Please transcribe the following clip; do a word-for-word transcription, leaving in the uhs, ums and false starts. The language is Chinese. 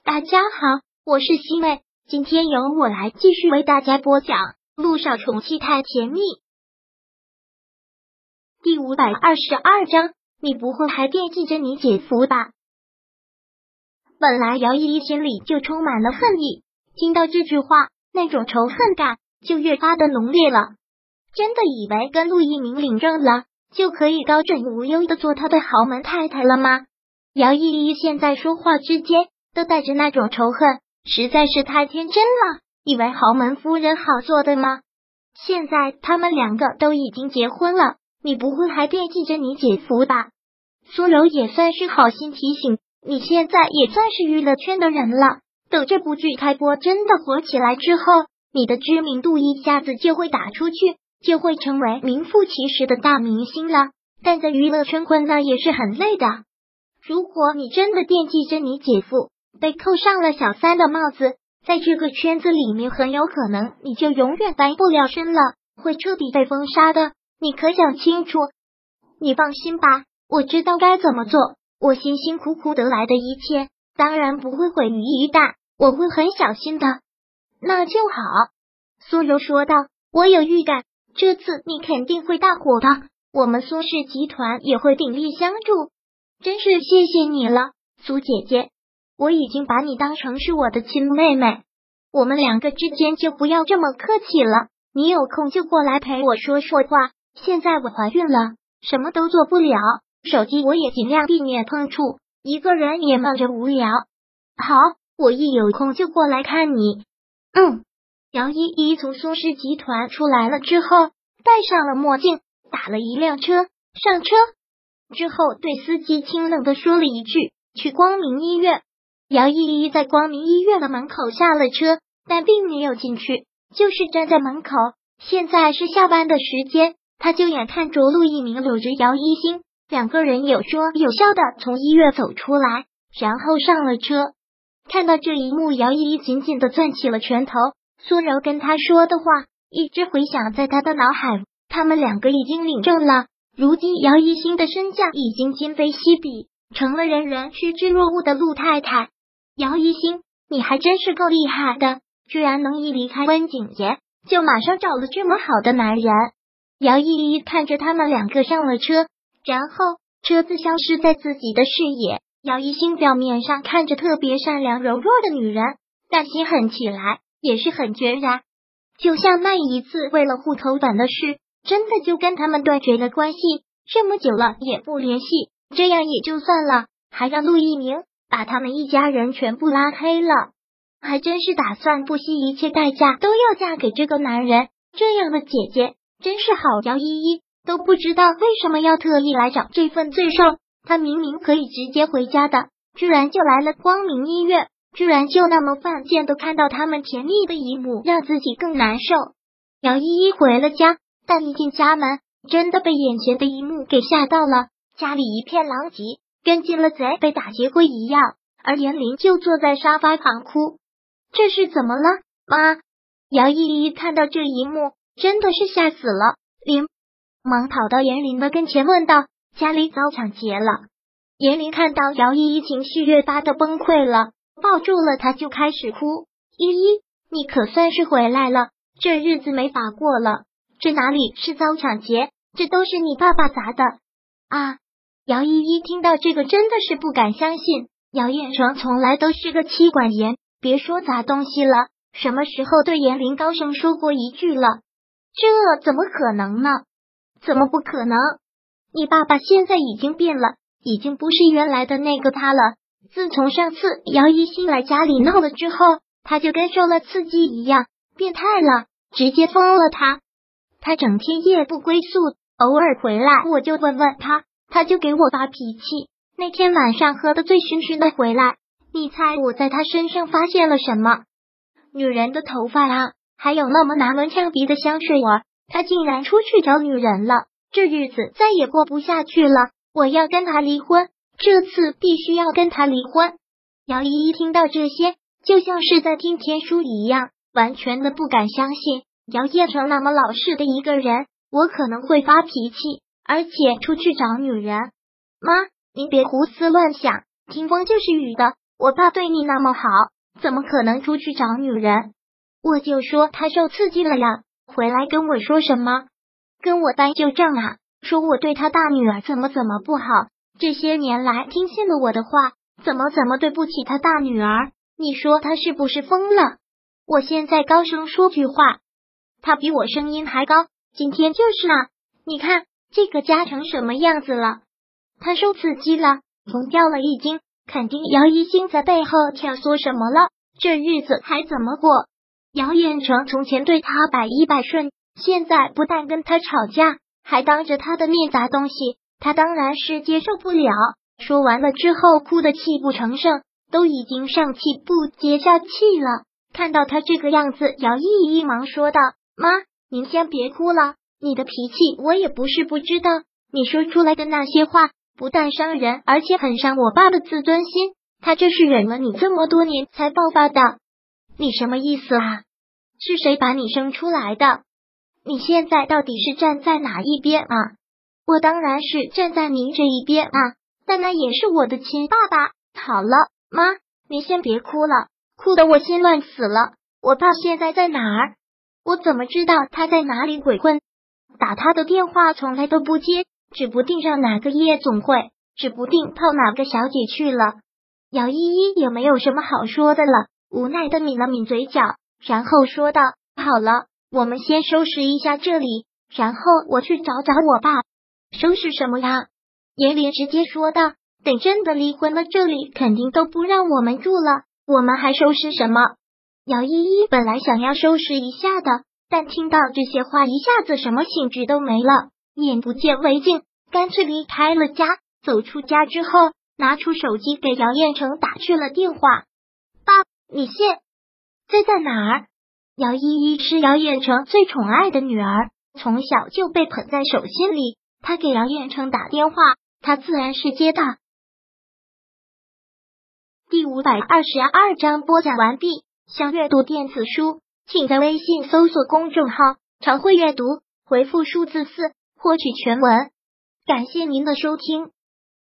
大家好，我是西妹，今天由我来继续为大家播讲《陆少宠妻太甜蜜》第五百二十二章。你不会还惦记着你姐夫吧？本来姚依依心里就充满了恨意，听到这句话，那种仇恨感就越发的浓烈了。真的以为跟陆一鸣领证了，就可以高枕无忧的做他的豪门太太了吗？姚依依现在说话之间都带着那种仇恨，实在是太天真了，以为豪门夫人好做的吗？现在他们两个都已经结婚了，你不会还惦记着你姐夫吧？苏柔也算是好心提醒，你现在也算是娱乐圈的人了，等这部剧开播真的火起来之后，你的知名度一下子就会打出去，就会成为名副其实的大明星了。但在娱乐圈混那也是很累的，如果你真的惦记着你姐夫，被扣上了小三的帽子，在这个圈子里面很有可能你就永远翻不了身了，会彻底被封杀的，你可想清楚。你放心吧，我知道该怎么做，我辛辛苦苦得来的一切当然不会毁于一旦，我会很小心的。那就好，苏柔说道，我有预感这次你肯定会大火的，我们苏氏集团也会鼎力相助，真是谢谢你了，苏姐姐，我已经把你当成是我的亲妹妹，我们两个之间就不要这么客气了，你有空就过来陪我说说话，现在我怀孕了，什么都做不了，手机我也尽量避免碰触，一个人也闷着无聊。好，我一有空就过来看你。嗯。姚依依从苏氏集团出来了之后，戴上了墨镜，打了一辆车，上车之后对司机清冷的说了一句，去光明医院。姚依依在光明医院的门口下了车，但并没有进去，就是站在门口。现在是下班的时间，他就眼看着陆一鸣搂着姚一星，两个人有说有笑的从医院走出来，然后上了车。看到这一幕，姚依依紧紧的攥起了拳头，苏柔跟他说的话一直回响在他的脑海，他们两个已经领证了，如今姚一星的身价已经今非昔比，成了人人趋之若鹜的陆太太。姚一星，你还真是够厉害的，居然能一离开温景言就马上找了这么好的男人。姚依依看着他们两个上了车，然后车子消失在自己的视野。姚一星表面上看着特别善良柔弱的女人，但心狠起来也是很决然，就像那一次为了户口本的事，真的就跟他们断绝了关系，这么久了也不联系，这样也就算了，还让陆一鸣把他们一家人全部拉黑了，还真是打算不惜一切代价都要嫁给这个男人，这样的姐姐真是好。姚依依都不知道为什么要特意来找这份罪受，她明明可以直接回家的，居然就来了光明医院，居然就那么犯贱的看到他们甜蜜的一幕，让自己更难受。姚依依回了家，但一进家门，真的被眼前的一幕给吓到了，家里一片狼藉，跟进了贼被打劫过一样，而严玲就坐在沙发旁哭。这是怎么了，妈？姚依依看到这一幕，真的是吓死了，连忙跑到严玲的跟前问道，家里遭抢劫了。严玲看到姚依依情绪越发的崩溃了，抱住了她就开始哭。依依，你可算是回来了，这日子没法过了，这哪里是遭抢劫，这都是你爸爸砸的啊！姚依依听到这个真的是不敢相信，姚彦成从来都是个妻管严，别说砸东西了，什么时候对严玲高声说过一句了？这怎么可能呢？怎么不可能？你爸爸现在已经变了，已经不是原来的那个他了。自从上次姚一星来家里闹了之后，他就跟受了刺激一样，变态了，直接疯了他。他整天夜不归宿，偶尔回来我就问问他，他就给我发脾气。那天晚上喝得醉醺醺的回来，你猜我在他身上发现了什么？女人的头发啊，还有那么难闻呛鼻的香水味，他竟然出去找女人了，这日子再也过不下去了，我要跟他离婚，这次必须要跟他离婚。姚依依听到这些，就像是在听天书一样，完全的不敢相信，姚彦成那么老实的一个人，我可能会发脾气，而且出去找女人。妈，您别胡思乱想，听风就是雨的， 我爸对你那么好，怎么可能出去找女人？我就说他受刺激了呀，回来跟我说什么？跟我翻旧账啊，说我对他大女儿怎么怎么不好，这些年来听信了我的话，怎么怎么对不起他大女儿，你说他是不是疯了？我现在高声说句话，他比我声音还高，今天就是啊，你看这个家成什么样子了？他受刺激了，疯掉了已经，肯定姚一星在背后挑唆什么了，这日子还怎么过？姚彦成从前对他百依百顺，现在不但跟他吵架，还当着他的面砸东西，他当然是接受不了。说完了之后，哭得泣不成声，都已经上气不接下气了。看到他这个样子，姚依依忙说道：“妈，您先别哭了，你的脾气我也不是不知道，你说出来的那些话不但伤人，而且很伤我爸的自尊心，他这是忍了你这么多年才爆发的。你什么意思啊？是谁把你生出来的？你现在到底是站在哪一边啊？我当然是站在您这一边啊，但那也是我的亲爸爸。好了，妈，你先别哭了，哭得我心乱死了。我爸现在在哪儿？我怎么知道他在哪里鬼混？打他的电话从来都不接，指不定上哪个夜总会，指不定泡哪个小姐去了。”姚依依也没有什么好说的了，无奈的抿了抿嘴角，然后说道：“好了，我们先收拾一下这里，然后我去找找我爸。”“收拾什么呀？”严林直接说道，“等真的离婚了，这里肯定都不让我们住了，我们还收拾什么？”姚依依本来想要收拾一下的，但听到这些话，一下子什么兴致都没了，眼不见为净，干脆离开了家。走出家之后，拿出手机给姚彦成打去了电话。“爸，你现在在哪儿？”姚依依是姚彦成最宠爱的女儿，从小就被捧在手心里，她给姚彦成打电话，他自然是接的。第五百二十二章播讲完毕。想阅读电子书，请在微信搜索公众号常会阅读，回复数字四获取全文。感谢您的收听。